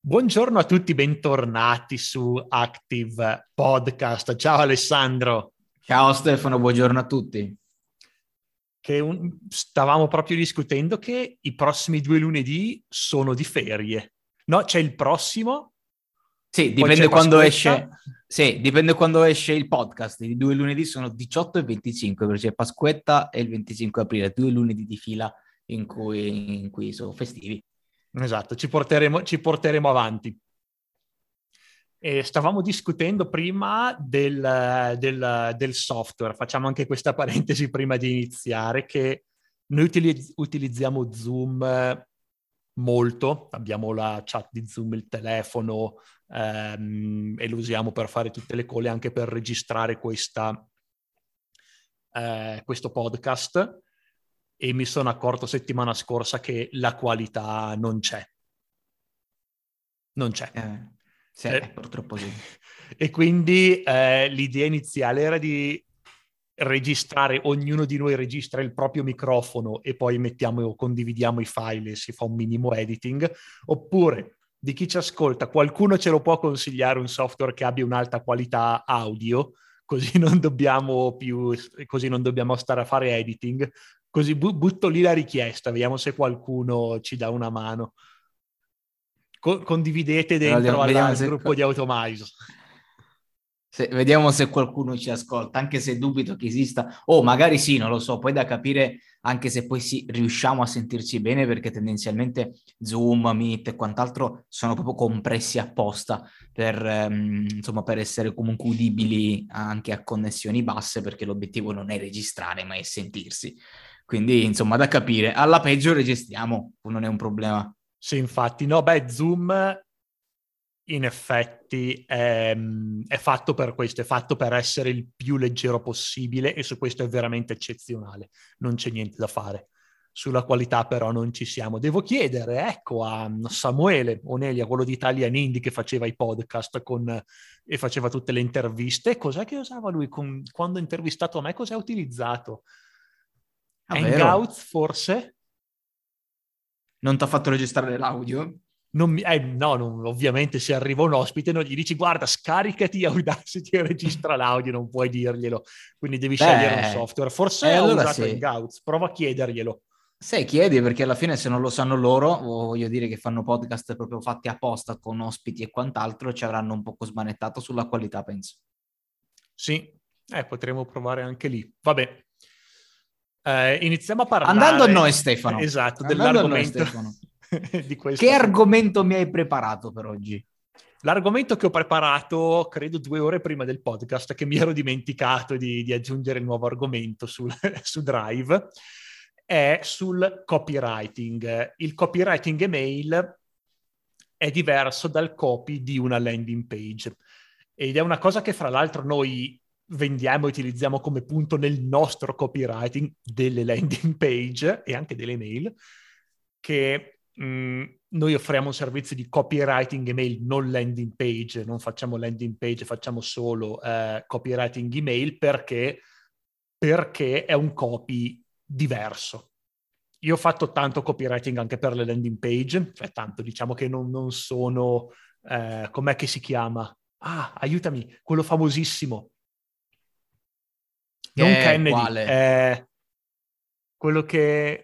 Buongiorno a tutti, bentornati su Active Podcast. Ciao Alessandro, Ciao Stefano, buongiorno a tutti. stavamo proprio discutendo che i prossimi 2 lunedì sono di ferie. No, c'è il prossimo, Sì, poi c'è dipende quando Pasquetta. esce. Sì, dipende quando esce il podcast. I due lunedì sono 18 e 25, perché c'è Pasquetta e il 25 aprile, due lunedì di fila in cui sono festivi. Esatto, ci porteremo avanti. E stavamo discutendo prima del software. Facciamo anche questa parentesi prima di iniziare, che noi utilizziamo Zoom molto, abbiamo la chat di Zoom, il telefono, e lo usiamo per fare tutte le call e anche per registrare questo podcast, e mi sono accorto settimana scorsa che la qualità non c'è. Non c'è. Sì, Cioè, purtroppo sì. e quindi l'idea iniziale era di registrare, ognuno di noi registra il proprio microfono e poi mettiamo o condividiamo i file e si fa un minimo editing, oppure di chi ci ascolta, qualcuno ce lo può consigliare un software che abbia un'alta qualità audio, così non dobbiamo stare a fare editing, così butto lì la richiesta, vediamo se qualcuno ci dà una mano. Condividete dentro Vediamo al gruppo di Automize. vediamo se qualcuno ci ascolta, anche se dubito che esista. O magari sì, non lo so, poi da capire anche se poi sì, riusciamo a sentirci bene, perché tendenzialmente Zoom, Meet e quant'altro sono proprio compressi apposta insomma, per essere comunque udibili anche a connessioni basse, perché l'obiettivo non è registrare, ma è sentirsi. Quindi, insomma, da capire. Alla peggio registriamo, non è un problema. Sì, infatti, no, beh, Zoom in effetti è fatto per questo, è fatto per essere il più leggero possibile e su questo è veramente eccezionale, non c'è niente da fare. Sulla qualità però non ci siamo. Devo chiedere, ecco, a Samuele Onelia, quello di Italian Indie che faceva i podcast e faceva tutte le interviste, cos'è che usava lui quando ha intervistato a me, cos'ha utilizzato? Davvero? Hangouts forse? Non ti ha fatto registrare l'audio? No, ovviamente se arriva un ospite non gli dici guarda scaricati Audacity e registra l'audio, non puoi dirglielo, quindi devi scegliere un Beh, software. Forse e ha allora usato sì. Hangouts, prova a chiederglielo. Se chiedi, perché alla fine se non lo sanno loro, voglio dire che fanno podcast proprio fatti apposta con ospiti e quant'altro, ci avranno un poco smanettato sulla qualità, penso. Sì, potremmo provare anche lì. Vabbè, iniziamo a Andando a noi, parlare, Stefano. esatto, Andando a noi, dell'argomento Stefano. di Che questa settimana. argomento mi hai preparato per oggi? L'argomento che ho preparato, credo 2 ore prima del podcast, che mi ero dimenticato di aggiungere il nuovo argomento su Drive, è sul copywriting. Il copywriting email è diverso dal copy di una landing page ed è una cosa che fra l'altro noi vendiamo e utilizziamo come punto nel nostro copywriting delle landing page e anche delle mail, che noi offriamo un servizio di copywriting email, non landing page, non facciamo landing page, facciamo solo copywriting email perché è un copy diverso. Io ho fatto tanto copywriting anche per le landing page, cioè tanto, diciamo che non sono, com'è che si chiama? Ah, aiutami, quello famosissimo. Non Che è Kennedy, quale? quello che...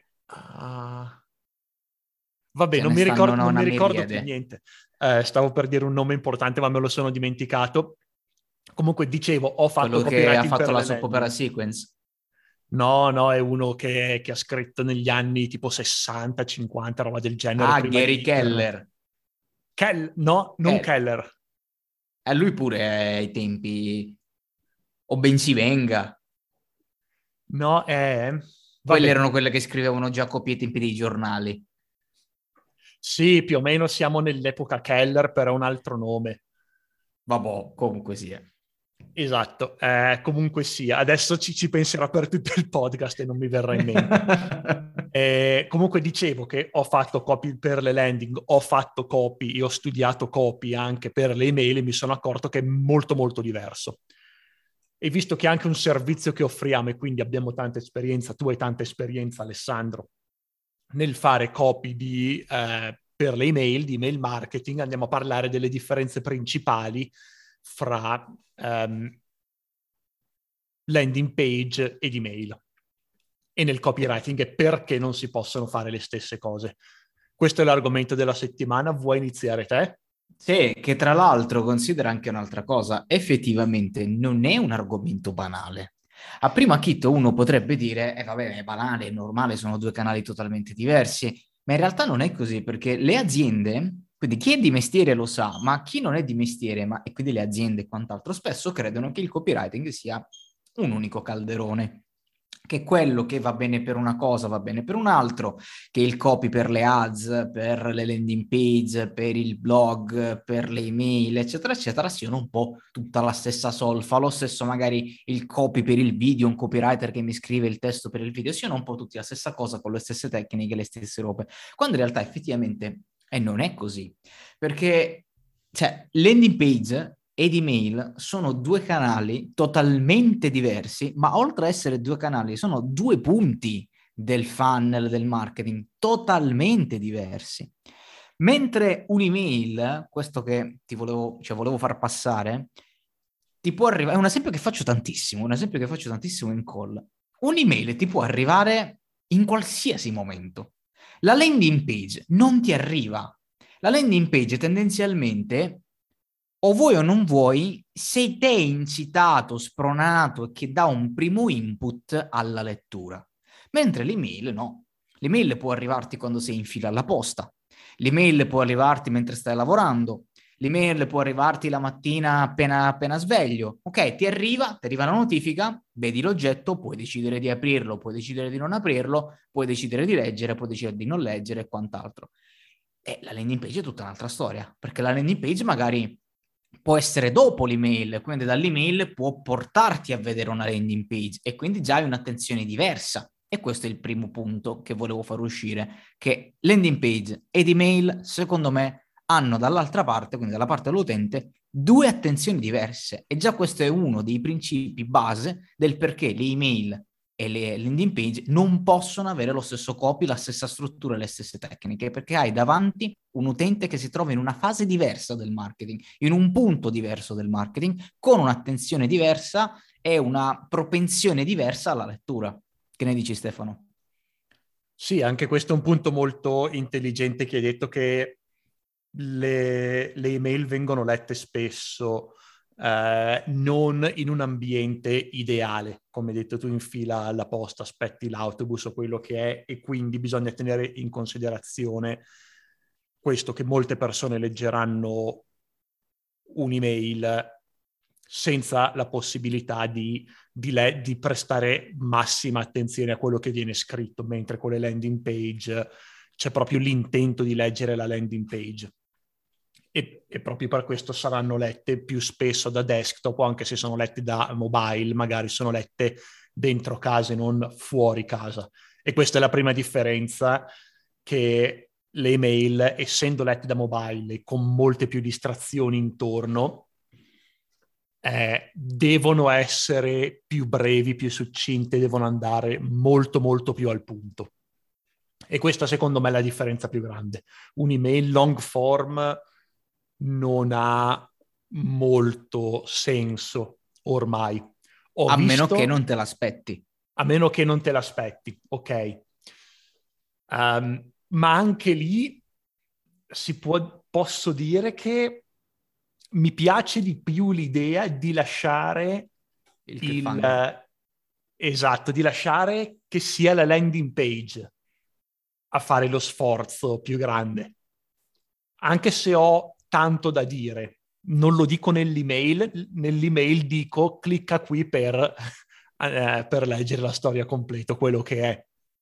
vabbè, Ce ne stanno non mi una ricordo più miriade. niente. Stavo per dire un nome importante, ma me lo sono dimenticato. Comunque, dicevo, ho fatto Quello che ha copywriting fatto per la le soap opera landing. sequence. No, no, è uno che ha scritto negli anni tipo 60, 50, roba del genere, Ah, prima Gary di internet. Keller. No, non Che Keller. a lui pure ai tempi, o ben si venga. No, Quelle vabbè. erano quelle che scrivevano Giacopi ai tempi dei giornali. Sì, più o meno siamo nell'epoca Keller, però un altro nome. Vabbè, comunque sia. Esatto, comunque sia, adesso ci penserò per tutto il podcast e non mi verrà in mente. Comunque dicevo che ho fatto copy per le landing, ho fatto copy e ho studiato copy anche per le email e mi sono accorto che è molto molto diverso. E visto che è anche un servizio che offriamo e quindi abbiamo tanta esperienza, tu hai tanta esperienza Alessandro, nel fare copy di per le email, di email marketing, andiamo a parlare delle differenze principali fra landing page ed email. E nel copywriting è perché non si possono fare le stesse cose. Questo è l'argomento della settimana. Vuoi iniziare te? Sì, che tra l'altro considera anche un'altra cosa, effettivamente non è un argomento banale. A primo acchito uno potrebbe dire, vabbè, è banale, è normale, sono due canali totalmente diversi, ma in realtà non è così, perché le aziende, quindi chi è di mestiere lo sa, ma chi non è di mestiere, e quindi le aziende e quant'altro, spesso credono che il copywriting sia un unico calderone, che quello che va bene per una cosa va bene per un altro, che il copy per le ads, per le landing page, per il blog, per le email, eccetera, eccetera, siano un po' tutta la stessa solfa. Lo stesso magari il copy per il video, un copywriter che mi scrive il testo per il video, siano un po' tutti la stessa cosa con le stesse tecniche, le stesse robe, quando in realtà effettivamente non è così. Perché, cioè, landing page ed email sono due canali totalmente diversi, ma oltre a essere due canali, sono due punti del funnel del marketing totalmente diversi. Mentre un'email, questo che volevo far passare, ti può arrivare, è un esempio che faccio tantissimo, in call. Un'email ti può arrivare in qualsiasi momento. La landing page non ti arriva. La landing page tendenzialmente, o vuoi o non vuoi, sei te incitato, spronato e che dà un primo input alla lettura. Mentre l'email no. L'email può arrivarti quando sei in fila alla posta. L'email può arrivarti mentre stai lavorando. L'email può arrivarti la mattina appena sveglio. Ok, ti arriva la notifica, vedi l'oggetto, puoi decidere di aprirlo, puoi decidere di non aprirlo, puoi decidere di leggere, puoi decidere di non leggere e quant'altro. E la landing page è tutta un'altra storia, perché la landing page magari può essere dopo l'email, quindi dall'email può portarti a vedere una landing page e quindi già hai un'attenzione diversa. E questo è il primo punto che volevo far uscire, che landing page ed email, secondo me, hanno dall'altra parte, quindi dalla parte dell'utente, due attenzioni diverse. E già questo è uno dei principi base del perché le email e le landing page non possono avere lo stesso copy, la stessa struttura e le stesse tecniche, perché hai davanti un utente che si trova in una fase diversa del marketing, in un punto diverso del marketing, con un'attenzione diversa e una propensione diversa alla lettura. Che ne dici, Stefano? Sì, anche questo è un punto molto intelligente che hai detto, che le email vengono lette spesso non in un ambiente ideale, come hai detto tu, in fila alla posta, aspetti l'autobus o quello che è, e quindi bisogna tenere in considerazione questo, che molte persone leggeranno un'email senza la possibilità di prestare massima attenzione a quello che viene scritto, mentre con le landing page c'è proprio l'intento di leggere la landing page. E proprio per questo saranno lette più spesso da desktop, o anche se sono lette da mobile, magari sono lette dentro casa e non fuori casa. E questa è la prima differenza, che le email, essendo lette da mobile e con molte più distrazioni intorno, devono essere più brevi, più succinte, devono andare molto molto più al punto. E questa secondo me è la differenza più grande. Un'email long form non ha molto senso ormai. A meno che non te l'aspetti. A meno che non te l'aspetti, ok. Ma anche lì posso dire che mi piace di più l'idea di lasciare esatto, di lasciare che sia la landing page a fare lo sforzo più grande. Anche se ho tanto da dire, non lo dico nell'email dico clicca qui per leggere la storia completa, quello che è.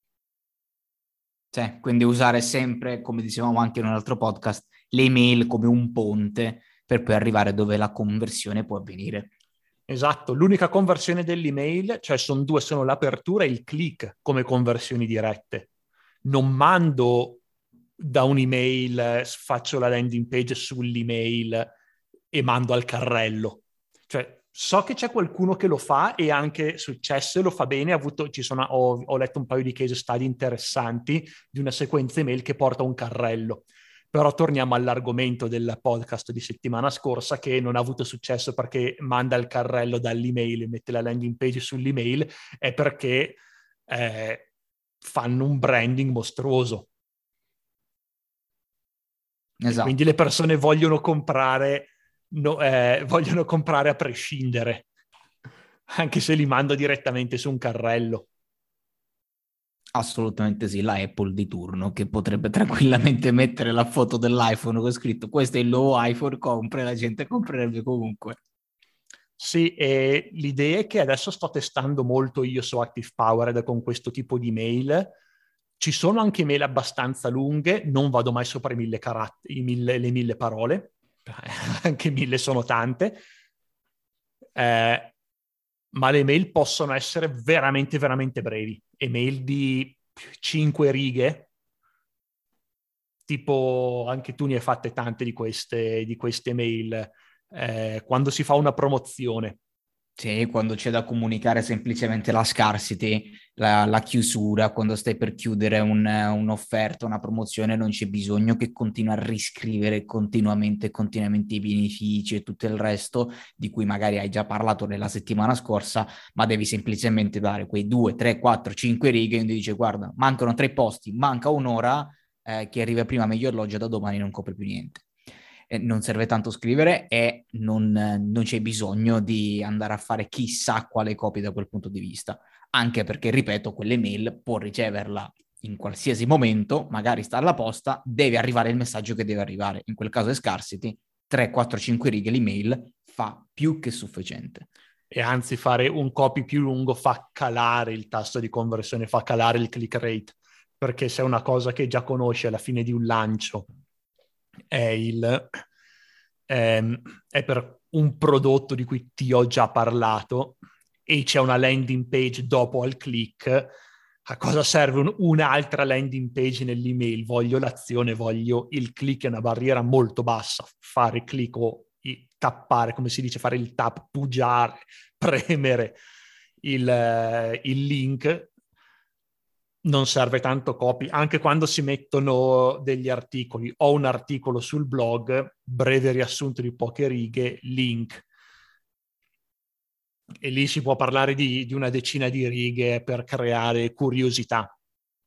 Cioè, quindi usare sempre, come dicevamo anche in un altro podcast, le email come un ponte per poi arrivare dove la conversione può avvenire. Esatto, l'unica conversione dell'email, cioè sono l'apertura e il click come conversioni dirette. Non mando da un'email, faccio la landing page sull'email e mando al carrello. Cioè, so che c'è qualcuno che lo fa e anche successo e lo fa bene. Ho letto un paio di case study interessanti di una sequenza email che porta un carrello. Però torniamo all'argomento del podcast di settimana scorsa, che non ha avuto successo perché manda il carrello dall'email e mette la landing page sull'email, è perché fanno un branding mostruoso. Esatto. E quindi le persone vogliono comprare a prescindere, anche se li mando direttamente su un carrello. Assolutamente sì, la Apple di turno che potrebbe tranquillamente mettere la foto dell'iPhone con scritto questo è il nuovo iPhone, compra, e la gente comprerebbe comunque. Sì, e l'idea è che adesso sto testando molto io su Active Powered con questo tipo di mail. Ci sono anche mail abbastanza lunghe, non vado mai sopra i 1000 caratteri, le 1000 parole, anche 1000 sono tante, ma le mail possono essere veramente, veramente brevi. Email di 5 righe, tipo anche tu ne hai fatte tante di queste mail, quando si fa una promozione. Sì, quando c'è da comunicare semplicemente la scarcity, la chiusura, quando stai per chiudere un'offerta, una promozione, non c'è bisogno che continui a riscrivere continuamente i benefici e tutto il resto di cui magari hai già parlato nella settimana scorsa, ma devi semplicemente dare quei 2, 3, 4, 5 righe e dice guarda, mancano 3 posti, manca un'ora, chi arriva prima meglio alloggio, da domani non copre più niente. Non serve tanto scrivere e non c'è bisogno di andare a fare chissà quale copia da quel punto di vista, anche perché, ripeto, quell'email può riceverla in qualsiasi momento, magari sta alla posta, deve arrivare il messaggio che deve arrivare. In quel caso è scarcity, 3, 4, 5 righe l'email fa più che sufficiente. E anzi fare un copy più lungo fa calare il tasso di conversione, fa calare il click rate, perché se è una cosa che già conosci alla fine di un lancio è per un prodotto di cui ti ho già parlato e c'è una landing page dopo al click, a cosa serve un'altra landing page nell'email? Voglio l'azione, voglio il click, è una barriera molto bassa, fare click o tappare, come si dice, fare il tap, pugiare, premere il link, non serve tanto copy, anche quando si mettono degli articoli. Ho un articolo sul blog, breve riassunto di poche righe, link. E lì si può parlare di una decina di righe per creare curiosità.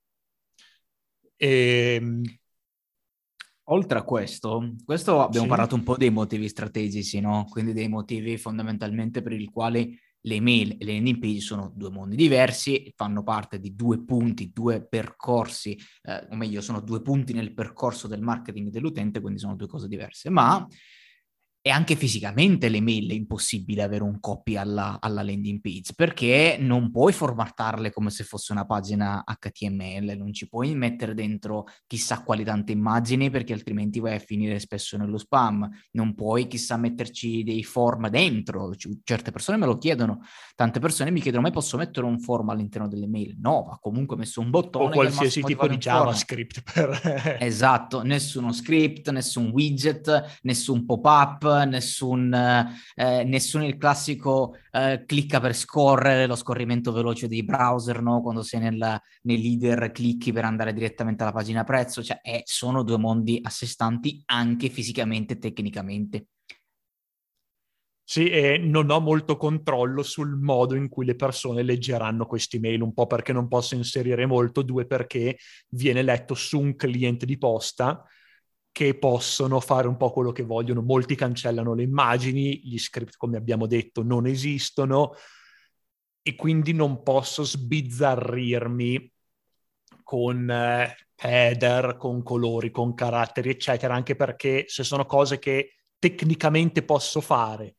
Oltre a questo abbiamo Sì. parlato un po' dei motivi strategici, no? Quindi dei motivi fondamentalmente per i quali le email e le landing page sono due mondi diversi, fanno parte di due punti, due percorsi, o meglio, sono due punti nel percorso del marketing dell'utente, quindi sono due cose diverse. Ma e anche fisicamente l'email è impossibile avere un copy alla landing page, perché non puoi formattarle come se fosse una pagina HTML, non ci puoi mettere dentro chissà quali tante immagini perché altrimenti vai a finire spesso nello spam, non puoi chissà metterci dei form dentro, certe persone me lo chiedono, tante persone mi chiedono ma posso mettere un form all'interno delle mail? No, va comunque messo un O bottone che al qualsiasi massimo ti tipo fare di un form. JavaScript per... Esatto, nessuno script, nessun widget, nessun pop-up, nessun il classico clicca per scorrere, lo scorrimento veloce dei browser, no? Quando sei nel leader clicchi per andare direttamente alla pagina prezzo, cioè sono due mondi a sé stanti anche fisicamente e tecnicamente. Sì, e non ho molto controllo sul modo in cui le persone leggeranno questi mail, un po' perché non posso inserire molto, due perché viene letto su un cliente di posta che possono fare un po' quello che vogliono. Molti cancellano le immagini, gli script, come abbiamo detto, non esistono e quindi non posso sbizzarrirmi con header, con colori, con caratteri, eccetera, anche perché se sono cose che tecnicamente posso fare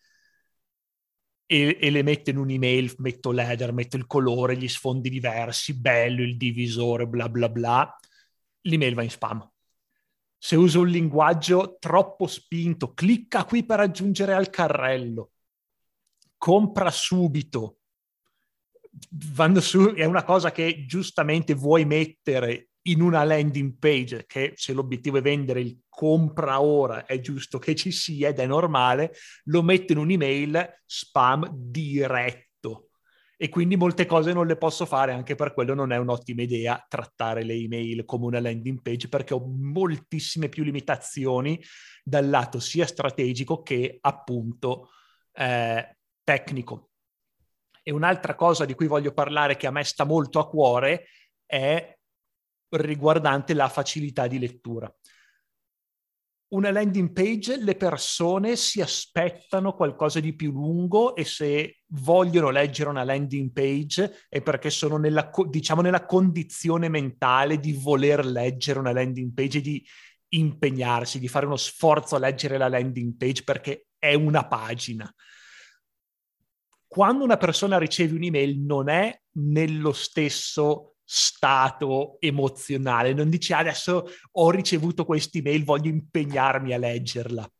e le metto in un'email, metto l'header, metto il colore, gli sfondi diversi, bello, il divisore, bla bla bla, l'email va in spam. Se uso un linguaggio troppo spinto, clicca qui per aggiungere al carrello, compra subito, vanno su, è una cosa che giustamente vuoi mettere in una landing page, che se l'obiettivo è vendere il compra ora è giusto che ci sia ed è normale, lo metto in un'email spam diretto. e quindi molte cose non le posso fare, anche per quello non è un'ottima idea trattare le email come una landing page, perché ho moltissime più limitazioni dal lato sia strategico che appunto tecnico. E un'altra cosa di cui voglio parlare, che a me sta molto a cuore, è riguardante la facilità di lettura. Una landing page, le persone si aspettano qualcosa di più lungo, e se vogliono leggere una landing page è perché sono nella condizione mentale di voler leggere una landing page e di impegnarsi, di fare uno sforzo a leggere la landing page perché è una pagina. Quando una persona riceve un'email non è nello stesso stato emozionale, non dice adesso ho ricevuto quest'email, voglio impegnarmi a leggerla.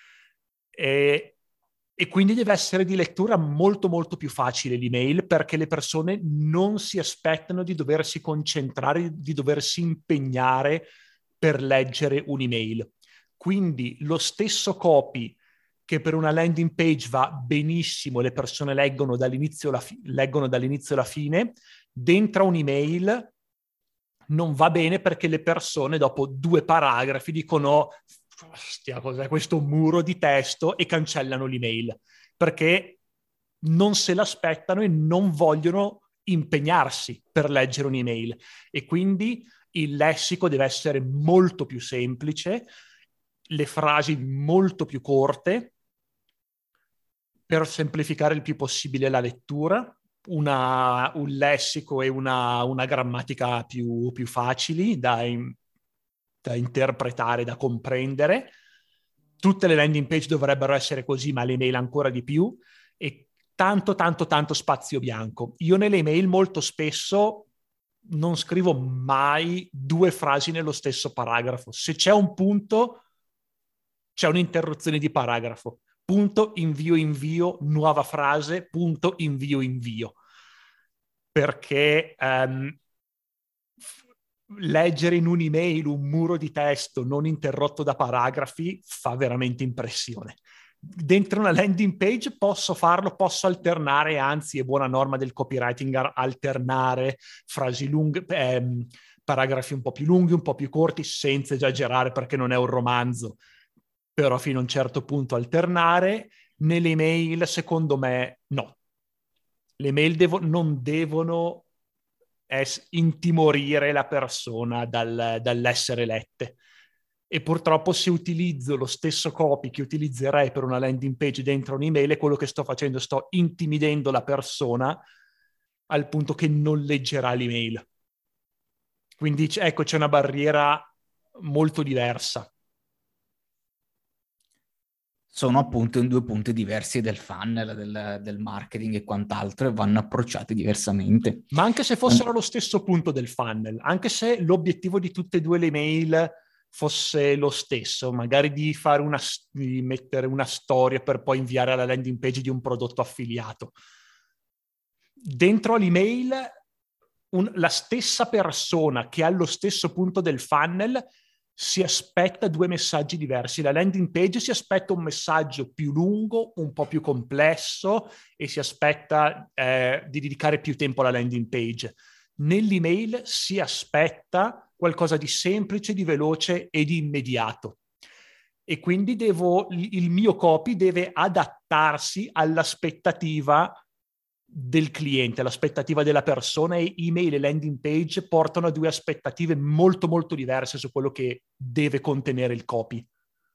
E quindi deve essere di lettura molto molto più facile l'email, perché le persone non si aspettano di doversi concentrare, di doversi impegnare per leggere un'email. Quindi lo stesso copy che per una landing page va benissimo, le persone leggono dall'inizio alla fine, dentro un'email non va bene, perché le persone dopo 2 paragrafi dicono ostia, cos'è questo muro di testo, e cancellano l'email, perché non se l'aspettano e non vogliono impegnarsi per leggere un'email. E quindi il lessico deve essere molto più semplice, le frasi molto più corte, per semplificare il più possibile la lettura, un lessico e una grammatica più facili da interpretare, da comprendere. Tutte le landing page dovrebbero essere così, ma le email ancora di più, e tanto, tanto, tanto spazio bianco. Io nelle email molto spesso non scrivo mai 2 frasi nello stesso paragrafo. Se c'è un punto, c'è un'interruzione di paragrafo. Punto, invio, nuova frase, punto, invio. Perché leggere in un'email un muro di testo non interrotto da paragrafi fa veramente impressione. Dentro una landing page posso farlo, posso alternare, anzi è buona norma del copywriting alternare frasi lunghe, paragrafi un po' più lunghi, un po' più corti, senza esagerare perché non è un romanzo, però fino a un certo punto alternare. Nelle email, secondo me, no. Le email non devono intimorire la persona dall'essere lette. E purtroppo se utilizzo lo stesso copy che utilizzerei per una landing page dentro un'email, è quello che sto facendo, sto intimidendo la persona al punto che non leggerà l'email. Quindi ecco, c'è una barriera molto diversa. Sono appunto in 2 punti diversi del funnel, del marketing e quant'altro, e vanno approcciati diversamente. Ma anche se fossero lo stesso punto del funnel, anche se l'obiettivo di tutte e 2 le mail fosse lo stesso, magari di mettere una storia per poi inviare alla landing page di un prodotto affiliato, dentro l'email la stessa persona che ha lo stesso punto del funnel si aspetta 2 messaggi diversi. La landing page si aspetta un messaggio più lungo, un po' più complesso, e si aspetta di dedicare più tempo alla landing page. Nell'email si aspetta qualcosa di semplice, di veloce e di immediato. E quindi il mio copy deve adattarsi all'aspettativa del cliente, all'aspettativa della persona, e email e landing page portano a 2 aspettative molto molto diverse su quello che deve contenere il copy.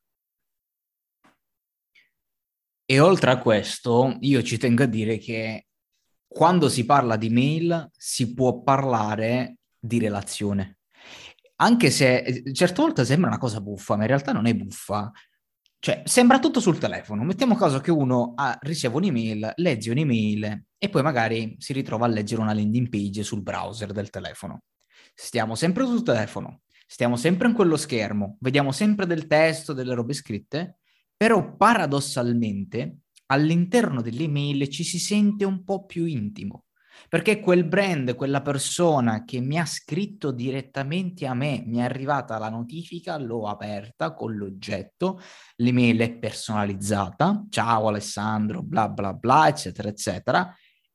E oltre a questo, io ci tengo a dire che quando si parla di mail si può parlare di relazione. Anche se certe volte sembra una cosa buffa, ma in realtà non è buffa. Cioè, sembra tutto sul telefono. Mettiamo caso che uno riceve un'email, legge un'email e poi magari si ritrova a leggere una landing page sul browser del telefono. Stiamo sempre sul telefono, stiamo sempre in quello schermo, vediamo sempre del testo, delle robe scritte, però paradossalmente all'interno dell'email ci si sente un po' più intimo. Perché quel brand, quella persona che mi ha scritto direttamente a me, mi è arrivata la notifica, l'ho aperta con l'oggetto, l'email è personalizzata, ciao Alessandro, bla bla bla, eccetera, eccetera,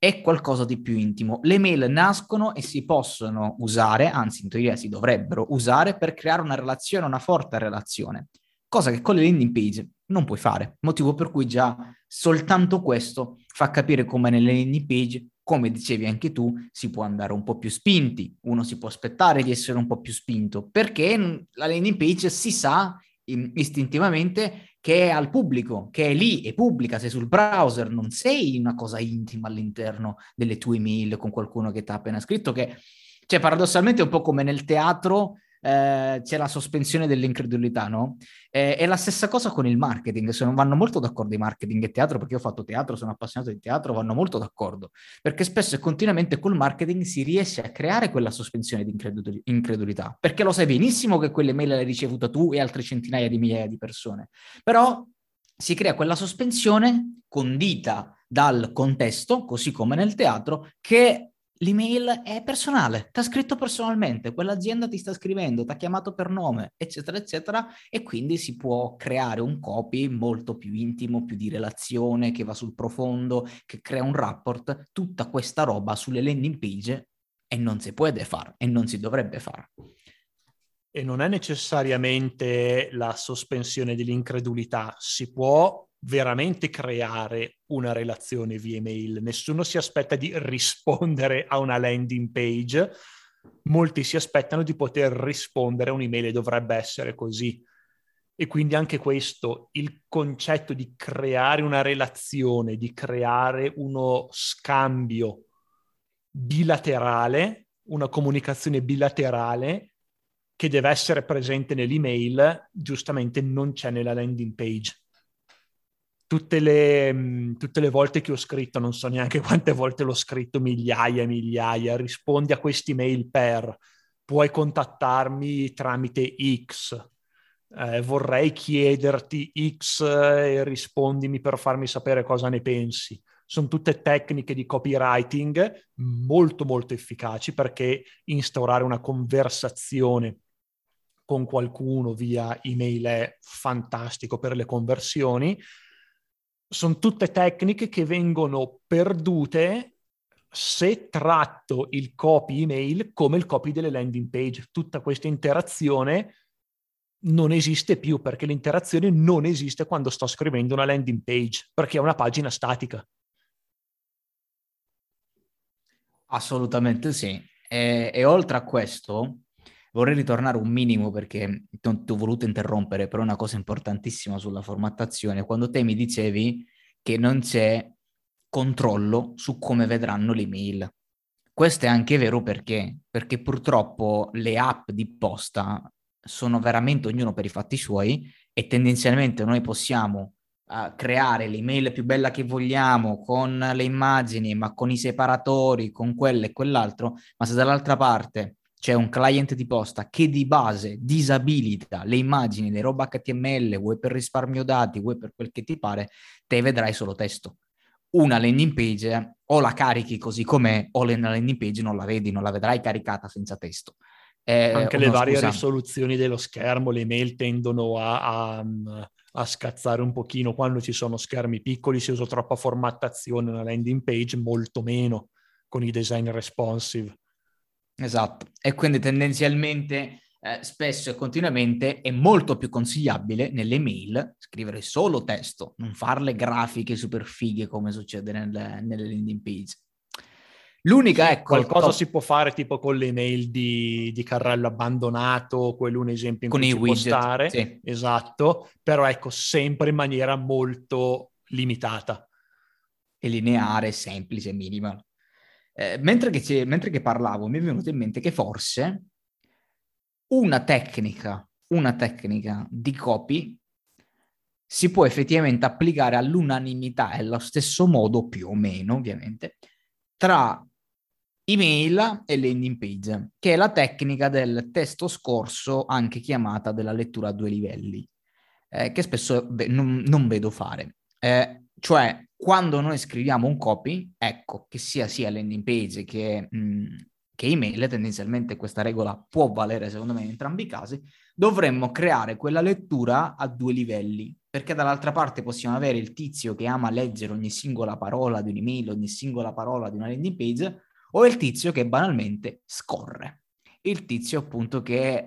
è qualcosa di più intimo. Le mail nascono e si possono usare, anzi in teoria si dovrebbero usare per creare una relazione, una forte relazione, cosa che con le landing page non puoi fare, motivo per cui già soltanto questo fa capire come nelle landing page, come dicevi anche tu, si può andare un po' più spinti, uno si può aspettare di essere un po' più spinto, perché la landing page si sa istintivamente che è al pubblico, che è lì, è pubblica, sei sul browser, non sei una cosa intima all'interno delle tue email con qualcuno che ti ha appena scritto, che, cioè, paradossalmente è un po' come nel teatro, c'è la sospensione dell'incredulità, no? È la stessa cosa con il marketing, se non vanno molto d'accordo i marketing e teatro, perché io ho fatto teatro, sono appassionato di teatro, vanno molto d'accordo, perché spesso e continuamente col marketing si riesce a creare quella sospensione di incredulità, perché lo sai benissimo che quelle mail l'hai ricevuta tu e altre centinaia di migliaia di persone, però si crea quella sospensione condita dal contesto, così come nel teatro, che l'email è personale, ti ha scritto personalmente, quell'azienda ti sta scrivendo, ti ha chiamato per nome, eccetera, eccetera, e quindi si può creare un copy molto più intimo, più di relazione, che va sul profondo, che crea un rapport, tutta questa roba sulle landing page e non si può fare e non si dovrebbe fare. E non è necessariamente la sospensione dell'incredulità, si può veramente creare una relazione via email. Nessuno si aspetta di rispondere a una landing page, molti si aspettano di poter rispondere a un'email e dovrebbe essere così. E quindi anche questo, il concetto di creare una relazione, di creare uno scambio bilaterale, una comunicazione bilaterale che deve essere presente nell'email, giustamente non c'è nella landing page. Tutte le volte che ho scritto, non so neanche quante volte l'ho scritto, migliaia e migliaia, rispondi a questi mail per, puoi contattarmi tramite X, vorrei chiederti X e rispondimi per farmi sapere cosa ne pensi. Sono tutte tecniche di copywriting molto molto efficaci, perché instaurare una conversazione con qualcuno via email è fantastico per le conversioni. Sono tutte tecniche che vengono perdute se tratto il copy email come il copy delle landing page. Tutta questa interazione non esiste più, perché l'interazione non esiste quando sto scrivendo una landing page, perché è una pagina statica. Assolutamente sì. E oltre a questo, vorrei ritornare un minimo perché non ti ho voluto interrompere, però è una cosa importantissima sulla formattazione. Quando te mi dicevi che non c'è controllo su come vedranno le email. Questo è anche vero perché purtroppo le app di posta sono veramente ognuno per i fatti suoi e tendenzialmente noi possiamo creare l'email più bella che vogliamo con le immagini, ma con i separatori, con quello e quell'altro, ma se dall'altra parte c'è un client di posta che di base disabilita le immagini, le roba HTML, vuoi per risparmio dati, vuoi per quel che ti pare, te vedrai solo testo. Una landing page o la carichi così com'è o la landing page non la vedi, non la vedrai caricata senza testo. Anche O le no, varie scusa, risoluzioni dello schermo, le mail tendono a scazzare un pochino quando ci sono schermi piccoli. Se uso troppa formattazione, una landing page molto meno con i design responsive. esatto. E quindi tendenzialmente spesso e continuamente è molto più consigliabile nelle mail scrivere solo testo, non farle grafiche super fighe come succede nelle landing page. L'unica, Sì, ecco, qualcosa si può fare tipo con le mail di carrello abbandonato, quello è un esempio in con cui i ci può widget, stare, sì. esatto, però ecco, sempre in maniera molto limitata. E lineare, semplice, minimal. Mentre che parlavo, mi è venuto in mente che forse una tecnica di copy si può effettivamente applicare all'unanimità e allo stesso modo, più o meno, ovviamente, tra email e landing page, che è la tecnica del testo scorso, anche chiamata della lettura a due livelli, che spesso non vedo fare. Cioè, quando noi scriviamo un copy, ecco, che sia landing page che email, tendenzialmente questa regola può valere secondo me in entrambi i casi, dovremmo creare quella lettura a due livelli. perché dall'altra parte possiamo avere il tizio che ama leggere ogni singola parola di un'email, ogni singola parola di una landing page, o il tizio che banalmente scorre. Il tizio appunto che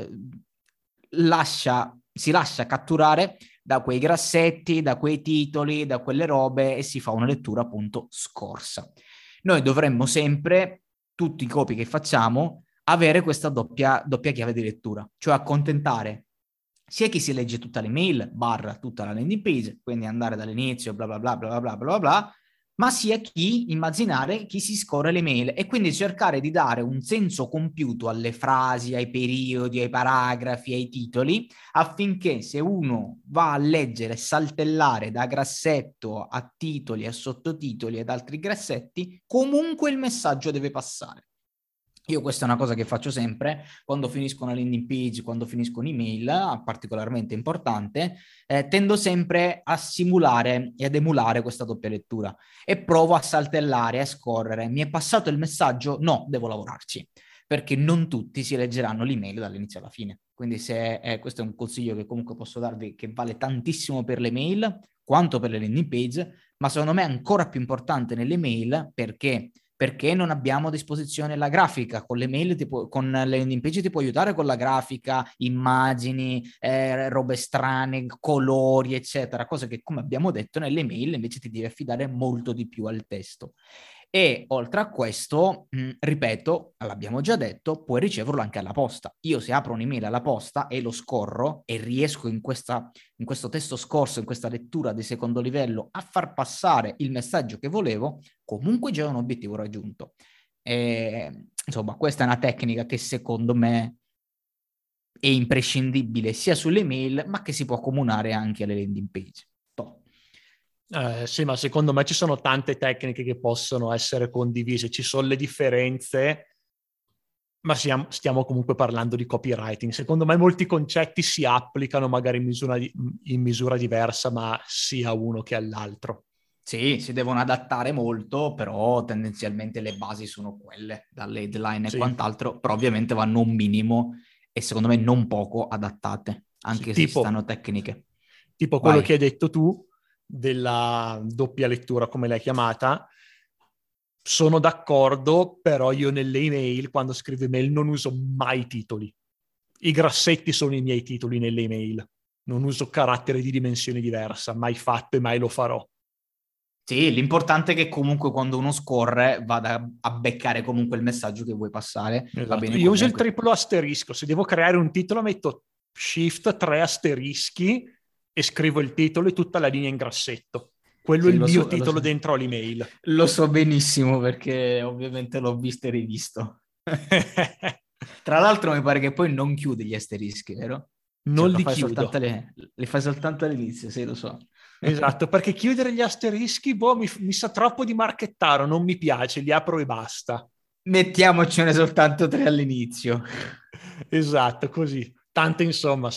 si lascia catturare da quei grassetti, da quei titoli, da quelle robe e si fa una lettura appunto scorsa. Noi dovremmo sempre, tutti i copy che facciamo, avere questa doppia chiave di lettura, cioè accontentare sia chi si legge tutta l'email, barra tutta la landing page, quindi andare dall'inizio, bla bla bla bla bla bla bla, ma sia immaginare chi si scorre le mail e quindi cercare di dare un senso compiuto alle frasi, ai periodi, ai paragrafi, ai titoli, affinché se uno va a leggere e saltellare da grassetto a titoli, a sottotitoli ed altri grassetti, comunque il messaggio deve passare. Io questa è una cosa che faccio sempre, quando finisco una landing page, quando finisco un'email, particolarmente importante, tendo sempre a simulare e ad emulare questa doppia lettura e provo a saltellare, a scorrere. Mi è passato il messaggio? No, devo lavorarci, perché non tutti si leggeranno l'email dall'inizio alla fine. Quindi questo è un consiglio che comunque posso darvi, che vale tantissimo per le mail, quanto per le landing page, ma secondo me è ancora più importante nelle mail perché non abbiamo a disposizione la grafica. Con le mail, con le landing page ti può aiutare con la grafica, immagini, robe strane, colori, eccetera, cose che, come abbiamo detto, nelle mail invece ti devi affidare molto di più al testo. E oltre a questo, ripeto, l'abbiamo già detto, puoi riceverlo anche alla posta. Io se apro un'email alla posta e lo scorro e riesco in questo testo scorso, in questa lettura di secondo livello, a far passare il messaggio che volevo, comunque già è un obiettivo raggiunto. Insomma, questa è una tecnica che secondo me è imprescindibile sia sulle mail, ma che si può comunare anche alle landing page. Sì, ma secondo me ci sono tante tecniche che possono essere condivise, ci sono le differenze, ma stiamo comunque parlando di copywriting. Secondo me molti concetti si applicano magari in misura diversa, ma sia uno che all'altro. Sì, si devono adattare molto, però tendenzialmente le basi sono quelle, dalle headline e Sì. quant'altro, però ovviamente vanno un minimo e secondo me non poco adattate, Sì, anche se ci stanno tecniche. tipo quello che hai detto tu, della doppia lettura, come l'hai chiamata, sono d'accordo, però io nelle email, quando scrivo email, non uso mai titoli. I grassetti sono i miei titoli nelle email. Non uso caratteri di dimensione diversa, mai fatto e mai lo farò. Sì, l'importante è che comunque quando uno scorre vada a beccare comunque il messaggio che vuoi passare, va Esatto. bene Io uso il comunque. triplo asterisco. Se devo creare un titolo metto Shift 3 asterischi e scrivo il titolo e tutta la linea in grassetto. Quello è Sì, il lo mio so, lo titolo so. dentro l'email. Lo so benissimo perché ovviamente l'ho visto e rivisto. Tra l'altro mi pare che poi non chiude gli asterischi, vero? Cioè Non li chiudo. li fai soltanto all'inizio, sì, lo so. Esatto, perché chiudere gli asterischi, mi sa troppo di marchettaro, non mi piace, li apro e basta. Mettiamocene soltanto 3 all'inizio. Esatto, così. Tanto insomma,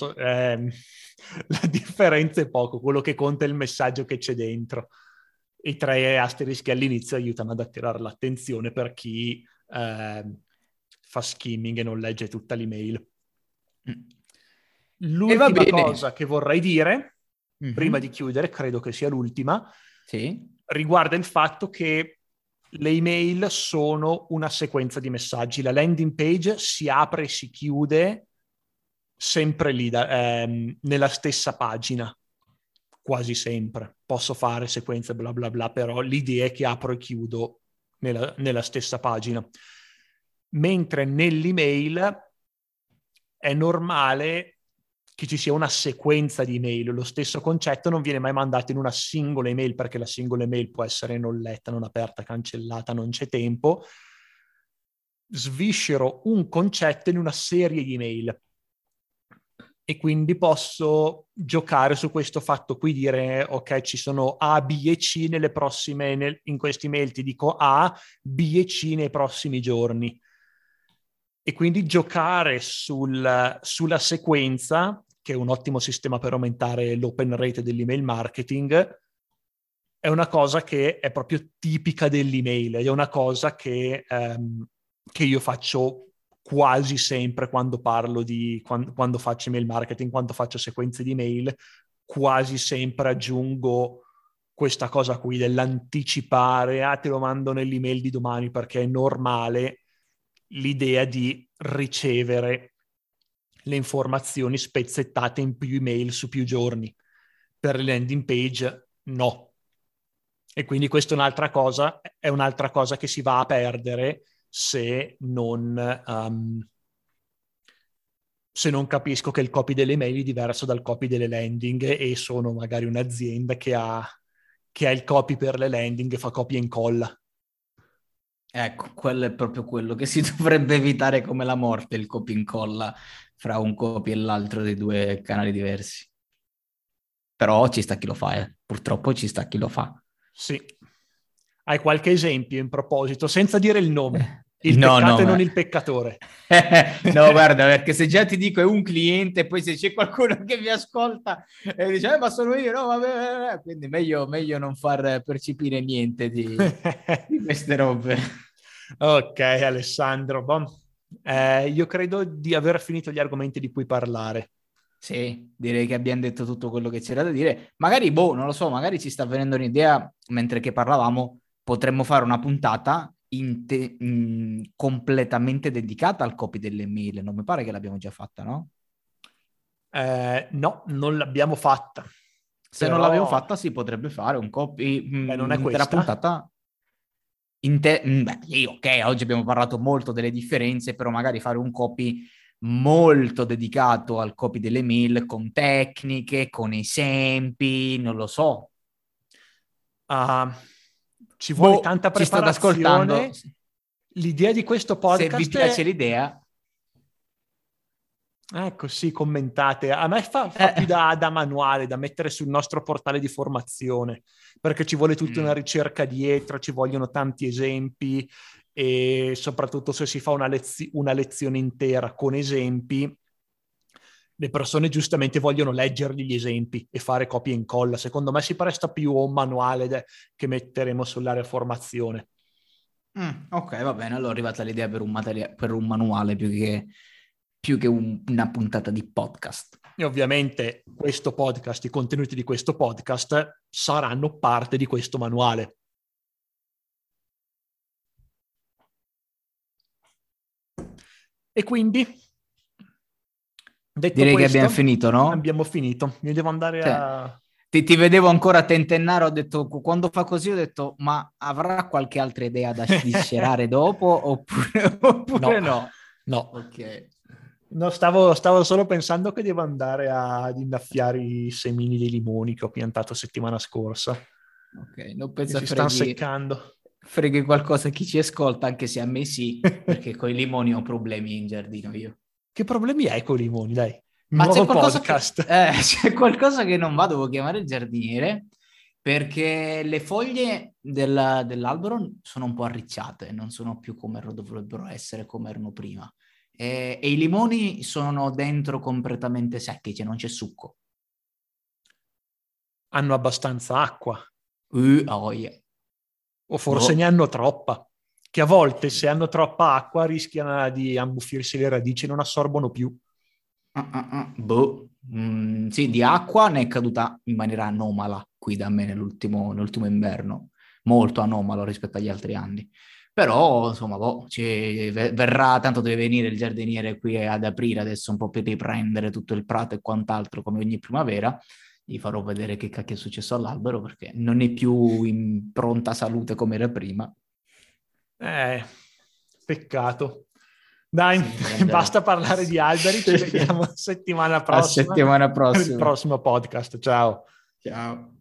la differenza è poco, quello che conta è il messaggio che c'è dentro. I 3 asterischi all'inizio aiutano ad attirare l'attenzione per chi fa skimming e non legge tutta l'email. E va L'ultima bene. cosa che vorrei dire, prima di Mhm. chiudere, credo che sia l'ultima, Sì. riguarda il fatto che le email sono una sequenza di messaggi. La landing page si apre e si chiude sempre lì, nella stessa pagina, quasi sempre. Posso fare sequenze bla bla bla, però l'idea è che apro e chiudo nella stessa pagina. Mentre nell'email è normale che ci sia una sequenza di email. Lo stesso concetto non viene mai mandato in una singola email, perché la singola email può essere non letta, non aperta, cancellata, non c'è tempo. Sviscero un concetto in una serie di email e quindi posso giocare su questo fatto qui, dire ok, ci sono A, B e C nelle prossime, in questi mail ti dico A, B e C nei prossimi giorni. E quindi giocare sulla sequenza, che è un ottimo sistema per aumentare l'open rate dell'email marketing, è una cosa che è proprio tipica dell'email, è una cosa che io faccio quasi sempre quando parlo quando faccio email marketing, quando faccio sequenze di email, quasi sempre aggiungo questa cosa qui dell'anticipare, te lo mando nell'email di domani, perché è normale l'idea di ricevere le informazioni spezzettate in più email su più giorni. Per le landing page no. E quindi questa è un'altra cosa che si va a perdere se non capisco che il copy delle mail è diverso dal copy delle landing e sono magari un'azienda che ha il copy per le landing e fa copia e incolla. Ecco, quello è proprio quello che si dovrebbe evitare come la morte, il copia e incolla fra un copy e l'altro dei due canali diversi. Però ci sta chi lo fa, purtroppo ci sta chi lo fa. Sì. Hai qualche esempio in proposito, senza dire il nome? Il No, peccato e non il peccatore. No, guarda, perché se già ti dico è un cliente, poi se c'è qualcuno che mi ascolta e dice ma sono io, no, vabbè, quindi meglio non far percepire niente di queste robe. Ok, Alessandro, io credo di aver finito gli argomenti di cui parlare. Sì, direi che abbiamo detto tutto quello che c'era da dire. Magari, non lo so, magari ci sta venendo un'idea, mentre che parlavamo, potremmo fare una puntata completamente dedicata al copy delle mail. Non mi pare che l'abbiamo già fatta, no? No, non l'abbiamo fatta. Se non l'abbiamo fatta si potrebbe fare un copy, non è un'intera questa? puntata. Ok, oggi abbiamo parlato molto delle differenze, però magari fare un copy molto dedicato al copy delle mail con tecniche, con esempi, non lo so. Ci vuole tanta ci state preparazione. ascoltando. L'idea di questo podcast, se vi piace l'idea, ecco, sì, commentate. A me fa più da manuale, da mettere sul nostro portale di formazione, perché ci vuole tutta una ricerca dietro, ci vogliono tanti esempi e soprattutto se si fa una lezione intera con esempi, le persone giustamente vogliono leggergli gli esempi e fare copia e incolla. Secondo me si presta più a un manuale che metteremo sull'area formazione. Ok, va bene. Allora è arrivata l'idea per un manuale più che una puntata di podcast. E ovviamente questo podcast, i contenuti di questo podcast saranno parte di questo manuale. E quindi, detto direi questo, che abbiamo finito, no? Abbiamo finito. Io devo andare a... Ti vedevo ancora tentennare, ho detto, quando fa così ho detto, ma avrà qualche altra idea da sviscerare dopo oppure no? No. Ok. No, stavo solo pensando che devo andare ad innaffiare i semini dei limoni che ho piantato settimana scorsa. Ok, non penso si stanno seccando. Freghi qualcosa a chi ci ascolta, anche se a me sì, perché con i limoni ho problemi in giardino io. Che problemi hai con i limoni, dai? Ma c'è qualcosa che non va, devo chiamare il giardiniere, perché le foglie dell'albero sono un po' arricciate, non sono più come dovrebbero essere, come erano prima. E i limoni sono dentro completamente secchi, cioè non c'è succo. Hanno abbastanza acqua. Oh yeah. O forse ne hanno troppa. Che a volte, se hanno troppa acqua, rischiano di ammuffirsi le radici e non assorbono più. Sì, di acqua ne è caduta in maniera anomala qui da me nell'ultimo inverno, molto anomalo rispetto agli altri anni. Però, insomma, verrà, tanto deve venire il giardiniere qui ad aprile adesso un po' per riprendere tutto il prato e quant'altro come ogni primavera. Gli farò vedere che cacchio è successo all'albero perché non è più in pronta salute come era prima. Peccato. Dai, basta parlare di alberi, ci vediamo settimana prossima. A settimana prossima. Per il prossimo podcast. Ciao. Ciao.